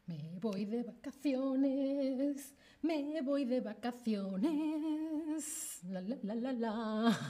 Me voy de vacaciones, me voy de vacaciones. La, la, la, la, la.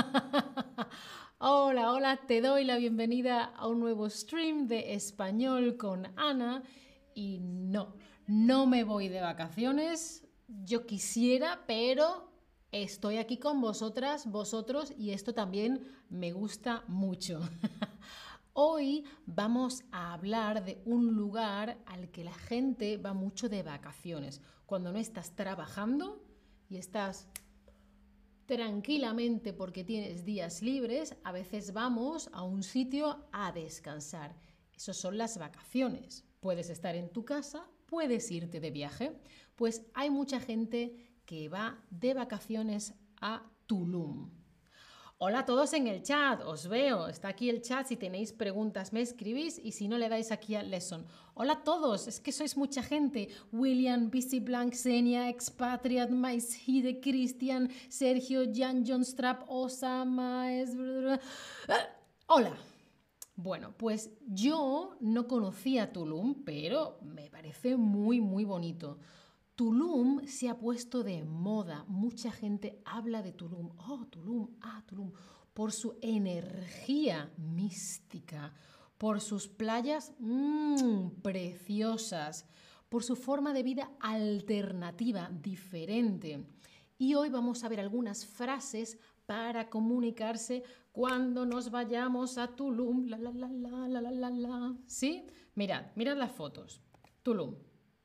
Hola, hola, te doy la bienvenida a un nuevo stream de español con Ana. Y no, no me voy de vacaciones. Yo quisiera, pero estoy aquí con vosotras, vosotros, y esto también me gusta mucho. Hoy vamos a hablar de un lugar al que la gente va mucho de vacaciones. Cuando no estás trabajando y estás tranquilamente porque tienes días libres, a veces vamos a un sitio a descansar. Esas son las vacaciones. Puedes estar en tu casa, puedes irte de viaje. Pues hay mucha gente que va de vacaciones a Tulum. Hola a todos en el chat, os veo, está aquí el chat, si tenéis preguntas me escribís y si no le dais aquí al lesson. Hola a todos, es que sois mucha gente. William, BC Blank, Xenia, Expatriat, Maishide, Christian, Sergio, Jan, John Strap, Osama, Hola. Bueno, pues yo no conocía Tulum, pero me parece muy, muy bonito. Tulum se ha puesto de moda. Mucha gente habla de Tulum. Oh, Tulum, Tulum. Por su energía mística, por sus playas preciosas, por su forma de vida alternativa, diferente. Y hoy vamos a ver algunas frases para comunicarse cuando nos vayamos a Tulum. La, la, la, la, la, la, la, la. ¿Sí? Mirad las fotos. Tulum.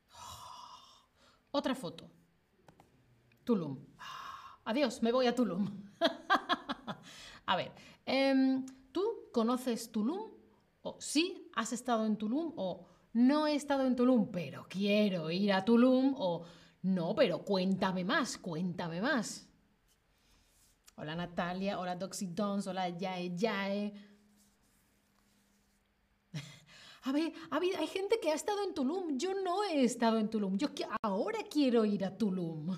Otra foto. Tulum. Adiós, me voy a Tulum. A ver, ¿tú conoces Tulum? ¿O sí has estado en Tulum? ¿O no he estado en Tulum, pero quiero ir a Tulum? ¿O no, pero cuéntame más, cuéntame más? Hola Natalia, hola Doxy Dons, hola Yae Yae. Hay gente que ha estado en Tulum. Yo no he estado en Tulum. Ahora quiero ir a Tulum.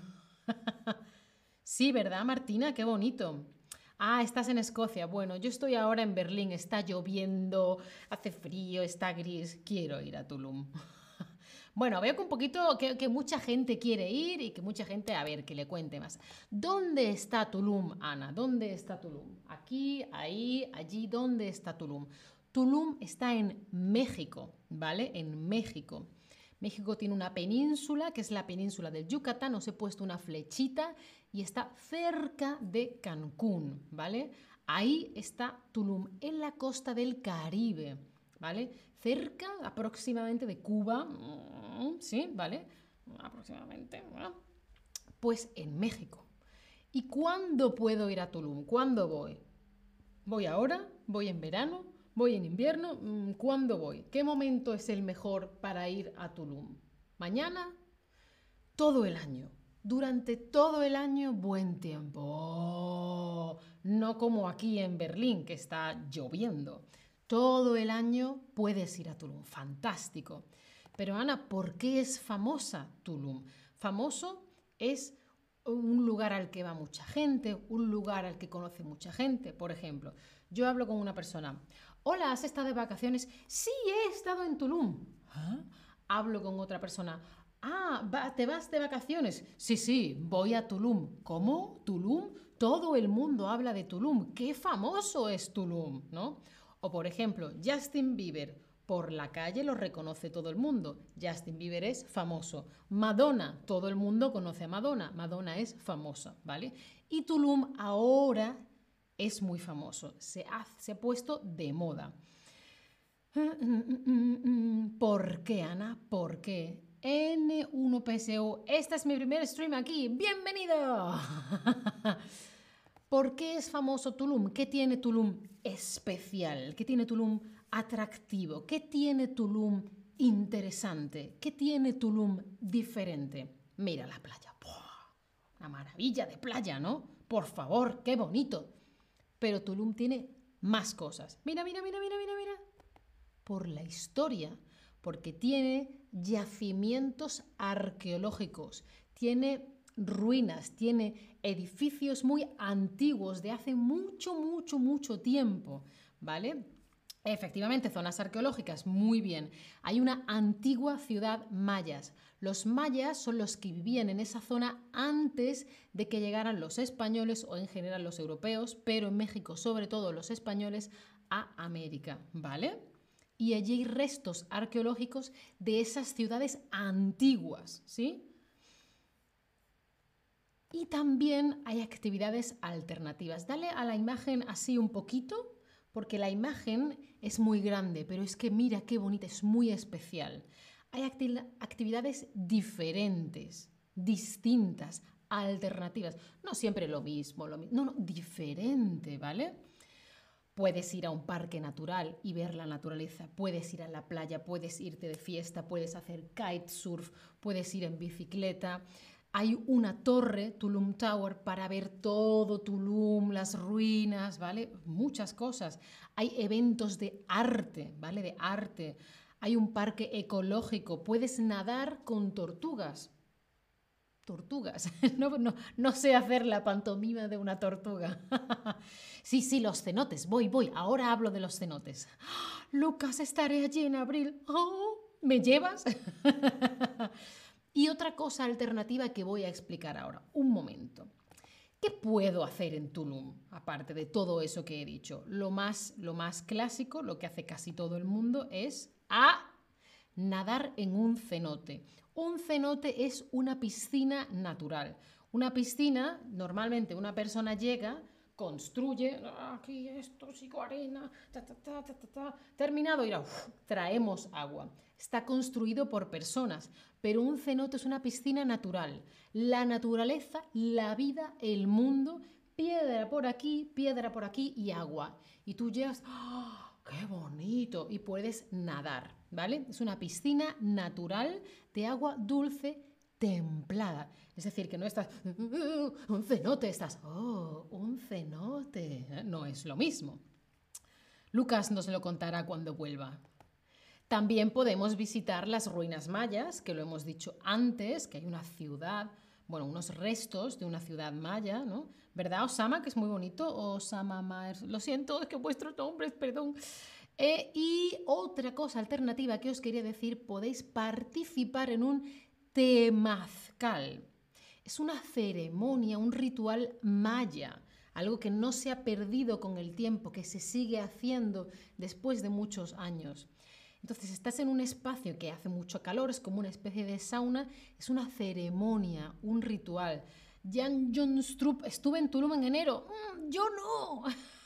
Sí, ¿verdad, Martina? Qué bonito. Ah, estás en Escocia. Bueno, yo estoy ahora en Berlín. Está lloviendo, hace frío, está gris. Quiero ir a Tulum. Bueno, veo que un poquito que mucha gente quiere ir y que mucha gente, a ver, que le cuente más. ¿Dónde está Tulum, Ana? ¿Dónde está Tulum? Aquí, ahí, allí, ¿dónde está Tulum? Tulum está en México, ¿vale? En México. México tiene una península, que es la península del Yucatán, os he puesto una flechita y está cerca de Cancún, ¿vale? Ahí está Tulum, en la costa del Caribe, ¿vale? Cerca aproximadamente de Cuba, ¿sí? ¿Vale? Aproximadamente, ¿no? Pues en México. ¿Y cuándo puedo ir a Tulum? ¿Cuándo voy? ¿Voy ahora? ¿Voy en verano? ¿Voy en invierno? ¿Cuándo voy? ¿Qué momento es el mejor para ir a Tulum? ¿Mañana? Todo el año. Durante todo el año, buen tiempo. Oh, no como aquí en Berlín, que está lloviendo. Todo el año puedes ir a Tulum. Fantástico. Pero Ana, ¿por qué es famosa Tulum? Famoso es un lugar al que va mucha gente, un lugar al que conoce mucha gente. Por ejemplo, yo hablo con una persona. Hola, ¿has estado de vacaciones? Sí, he estado en Tulum. ¿Ah? Hablo con otra persona. ¿Te vas de vacaciones? Sí, sí, voy a Tulum. ¿Cómo? ¿Tulum? Todo el mundo habla de Tulum. ¡Qué famoso es Tulum! ¿No? O por ejemplo, Justin Bieber. Por la calle lo reconoce todo el mundo. Justin Bieber es famoso. Madonna, todo el mundo conoce a Madonna. Madonna es famosa, ¿vale? Y Tulum ahora es muy famoso. Se ha puesto de moda. ¿Por qué, Ana? ¿Por qué? N1PSU, este es mi primer stream aquí. ¡Bienvenido! ¿Por qué es famoso Tulum? ¿Qué tiene Tulum especial? ¿Qué tiene Tulum atractivo? ¿Qué tiene Tulum interesante? ¿Qué tiene Tulum diferente? Mira la playa. ¡Buah! Una maravilla de playa, ¿no? Por favor, qué bonito. Pero Tulum tiene más cosas. Mira, mira, mira, mira, mira, mira. Por la historia, porque tiene yacimientos arqueológicos, tiene ruinas, tiene edificios muy antiguos de hace mucho, mucho, mucho tiempo, ¿vale? Efectivamente, zonas arqueológicas, muy bien. Hay una antigua ciudad mayas. Los mayas son los que vivían en esa zona antes de que llegaran los españoles o en general los europeos, pero en México sobre todo los españoles a América, ¿vale? Y allí hay restos arqueológicos de esas ciudades antiguas, ¿sí? Y también hay actividades alternativas. Dale a la imagen así un poquito, porque la imagen es muy grande, pero es que mira qué bonita, es muy especial. Hay actividades diferentes, distintas, alternativas. No siempre lo mismo, no, no, diferente, ¿vale? Puedes ir a un parque natural y ver la naturaleza, puedes ir a la playa, puedes irte de fiesta, puedes hacer kitesurf, puedes ir en bicicleta. Hay una torre, Tulum Tower, para ver todo Tulum, las ruinas, ¿vale? Muchas cosas. Hay eventos de arte, ¿vale? De arte. Hay un parque ecológico, puedes nadar con tortugas. Tortugas. No, no, no sé hacer la pantomima de una tortuga. Sí, sí, los cenotes. Voy. Ahora hablo de los cenotes. Lucas, estaré allí en abril. Oh, ¿me llevas? Y otra cosa alternativa que voy a explicar ahora. Un momento. ¿Qué puedo hacer en Tulum? Aparte de todo eso que he dicho. Lo más clásico, lo que hace casi todo el mundo, es nadar en un cenote. Un cenote es una piscina natural. Una piscina, normalmente una persona llega, construye, aquí esto, sigo arena, terminado, y traemos agua. Está construido por personas, pero un cenote es una piscina natural. La naturaleza, la vida, el mundo, piedra por aquí y agua. Y tú llegas, ¡oh, qué bonito! Y puedes nadar, ¿vale? Es una piscina natural de agua dulce templada. Es decir, que no estás, un cenote, estás, oh, un cenote. No es lo mismo. Lucas nos lo contará cuando vuelva. También podemos visitar las ruinas mayas, que lo hemos dicho antes, que hay una ciudad, bueno, unos restos de una ciudad maya, ¿no? ¿Verdad, Osama? Que es muy bonito. Osama Maers. Lo siento, es que vuestros nombres, perdón. Y otra cosa alternativa que os quería decir, podéis participar en un temazcal. Es una ceremonia, un ritual maya, algo que no se ha perdido con el tiempo, que se sigue haciendo después de muchos años. Entonces estás en un espacio que hace mucho calor, es como una especie de sauna, es una ceremonia, un ritual. Jan Jonstrup, estuve en Tulum en enero. Yo no.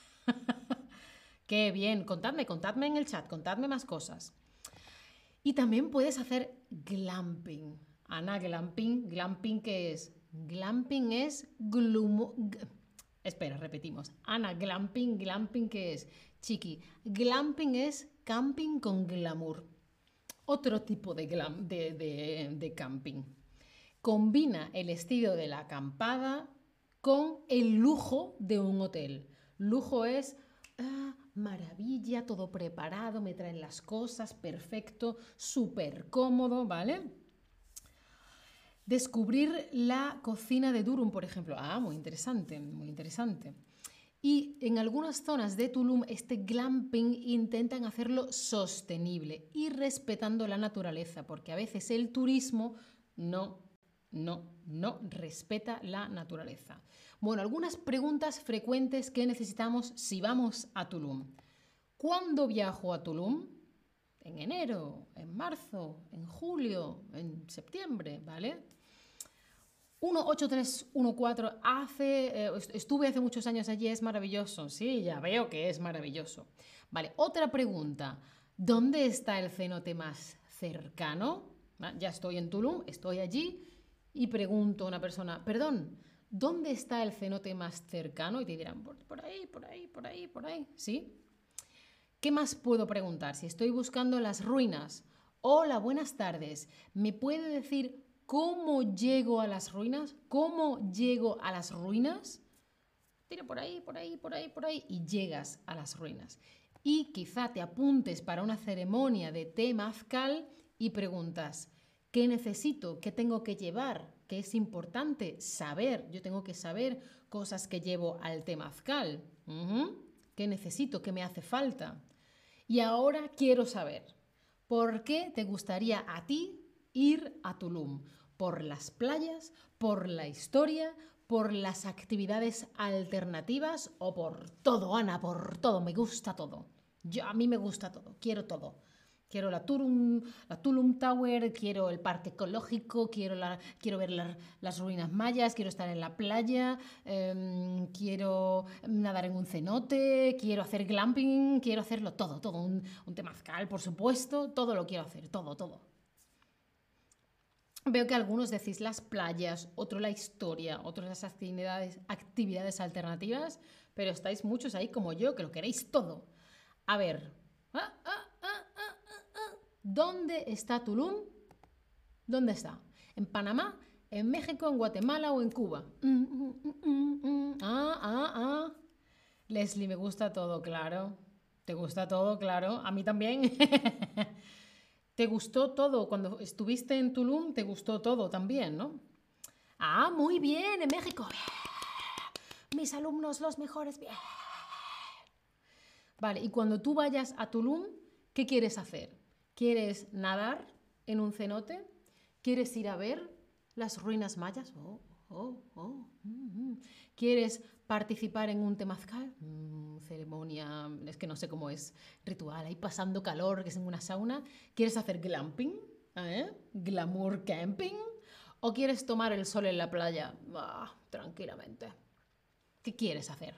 Qué bien, contadme en el chat, contadme más cosas. Y también puedes hacer glamping. Ana, glamping ¿qué es? Glamping es Espera, repetimos. Ana, glamping ¿qué es? Chiqui, glamping es camping con glamour. Otro tipo de camping. Combina el estilo de la acampada con el lujo de un hotel. Lujo es maravilla, todo preparado, me traen las cosas, perfecto, súper cómodo, ¿vale? Descubrir la cocina de Durum, por ejemplo. Muy interesante, muy interesante. Y en algunas zonas de Tulum este glamping intentan hacerlo sostenible y respetando la naturaleza, porque a veces el turismo no respeta la naturaleza. Bueno, algunas preguntas frecuentes que necesitamos si vamos a Tulum. ¿Cuándo viajo a Tulum? En enero, en marzo, en julio, en septiembre, ¿vale? 18314 estuve hace muchos años allí, es maravilloso. Sí, ya veo que es maravilloso. Vale, otra pregunta. ¿Dónde está el cenote más cercano? Ya estoy en Tulum, estoy allí y pregunto a una persona, perdón, ¿dónde está el cenote más cercano? Y te dirán, por ahí, ¿sí? ¿Qué más puedo preguntar? Si estoy buscando las ruinas. Hola, buenas tardes. ¿Me puede decir cómo llego a las ruinas? ¿Cómo llego a las ruinas? Tira por ahí y llegas a las ruinas. Y quizá te apuntes para una ceremonia de temazcal y preguntas, ¿qué necesito? ¿Qué tengo que llevar? ¿Qué es importante saber? Yo tengo que saber cosas que llevo al temazcal. ¿Qué necesito? ¿Qué me hace falta? Y ahora quiero saber, ¿por qué te gustaría a ti ir a Tulum? ¿Por las playas? ¿Por la historia? ¿Por las actividades alternativas? ¿O por todo, Ana? Por todo, me gusta todo. A mí me gusta todo, quiero todo. Quiero la Tulum Tower, quiero el parque ecológico, quiero ver las ruinas mayas, quiero estar en la playa, quiero nadar en un cenote, quiero hacer glamping, quiero hacerlo todo, todo. Un temazcal, por supuesto, todo lo quiero hacer, todo, todo. Veo que algunos decís las playas, otro la historia, otros las actividades alternativas, pero estáis muchos ahí como yo, que lo queréis todo. A ver, ¿dónde está Tulum? ¿Dónde está? ¿En Panamá? ¿En México? ¿En Guatemala o en Cuba? Leslie, me gusta todo, claro. ¿Te gusta todo? Claro. A mí también. ¿Te gustó todo? Cuando estuviste en Tulum, ¿te gustó todo también, no? Ah, muy bien, en México. Mis alumnos, los mejores. Bien. Vale, y cuando tú vayas a Tulum, ¿qué quieres hacer? ¿Quieres nadar en un cenote? ¿Quieres ir a ver las ruinas mayas? ¿Quieres participar en un temazcal? Ceremonia, es que no sé cómo es, ritual, ahí pasando calor, que es en una sauna. ¿Quieres hacer glamping? ¿Glamour camping? ¿O quieres tomar el sol en la playa? Tranquilamente. ¿Qué quieres hacer?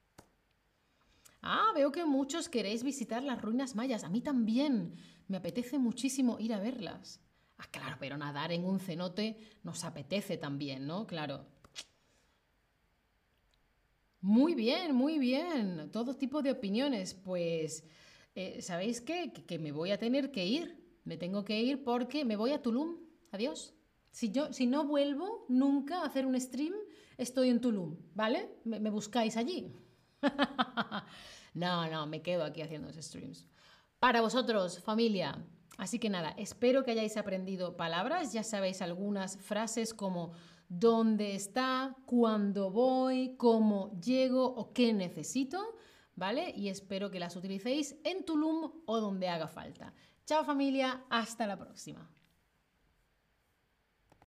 Veo que muchos queréis visitar las ruinas mayas. A mí también. Me apetece muchísimo ir a verlas. Claro, pero nadar en un cenote nos apetece también, ¿no? Claro. Muy bien, muy bien. Todo tipo de opiniones. Pues, ¿sabéis qué? Que me voy a tener que ir. Me tengo que ir porque me voy a Tulum. Adiós. Si no vuelvo nunca a hacer un stream, estoy en Tulum, ¿vale? Me buscáis allí. No, me quedo aquí haciendo los streams. Para vosotros, familia. Así que nada, espero que hayáis aprendido palabras. Ya sabéis algunas frases como dónde está, cuándo voy, cómo llego o qué necesito, ¿vale? Y espero que las utilicéis en Tulum o donde haga falta. Chao familia, hasta la próxima.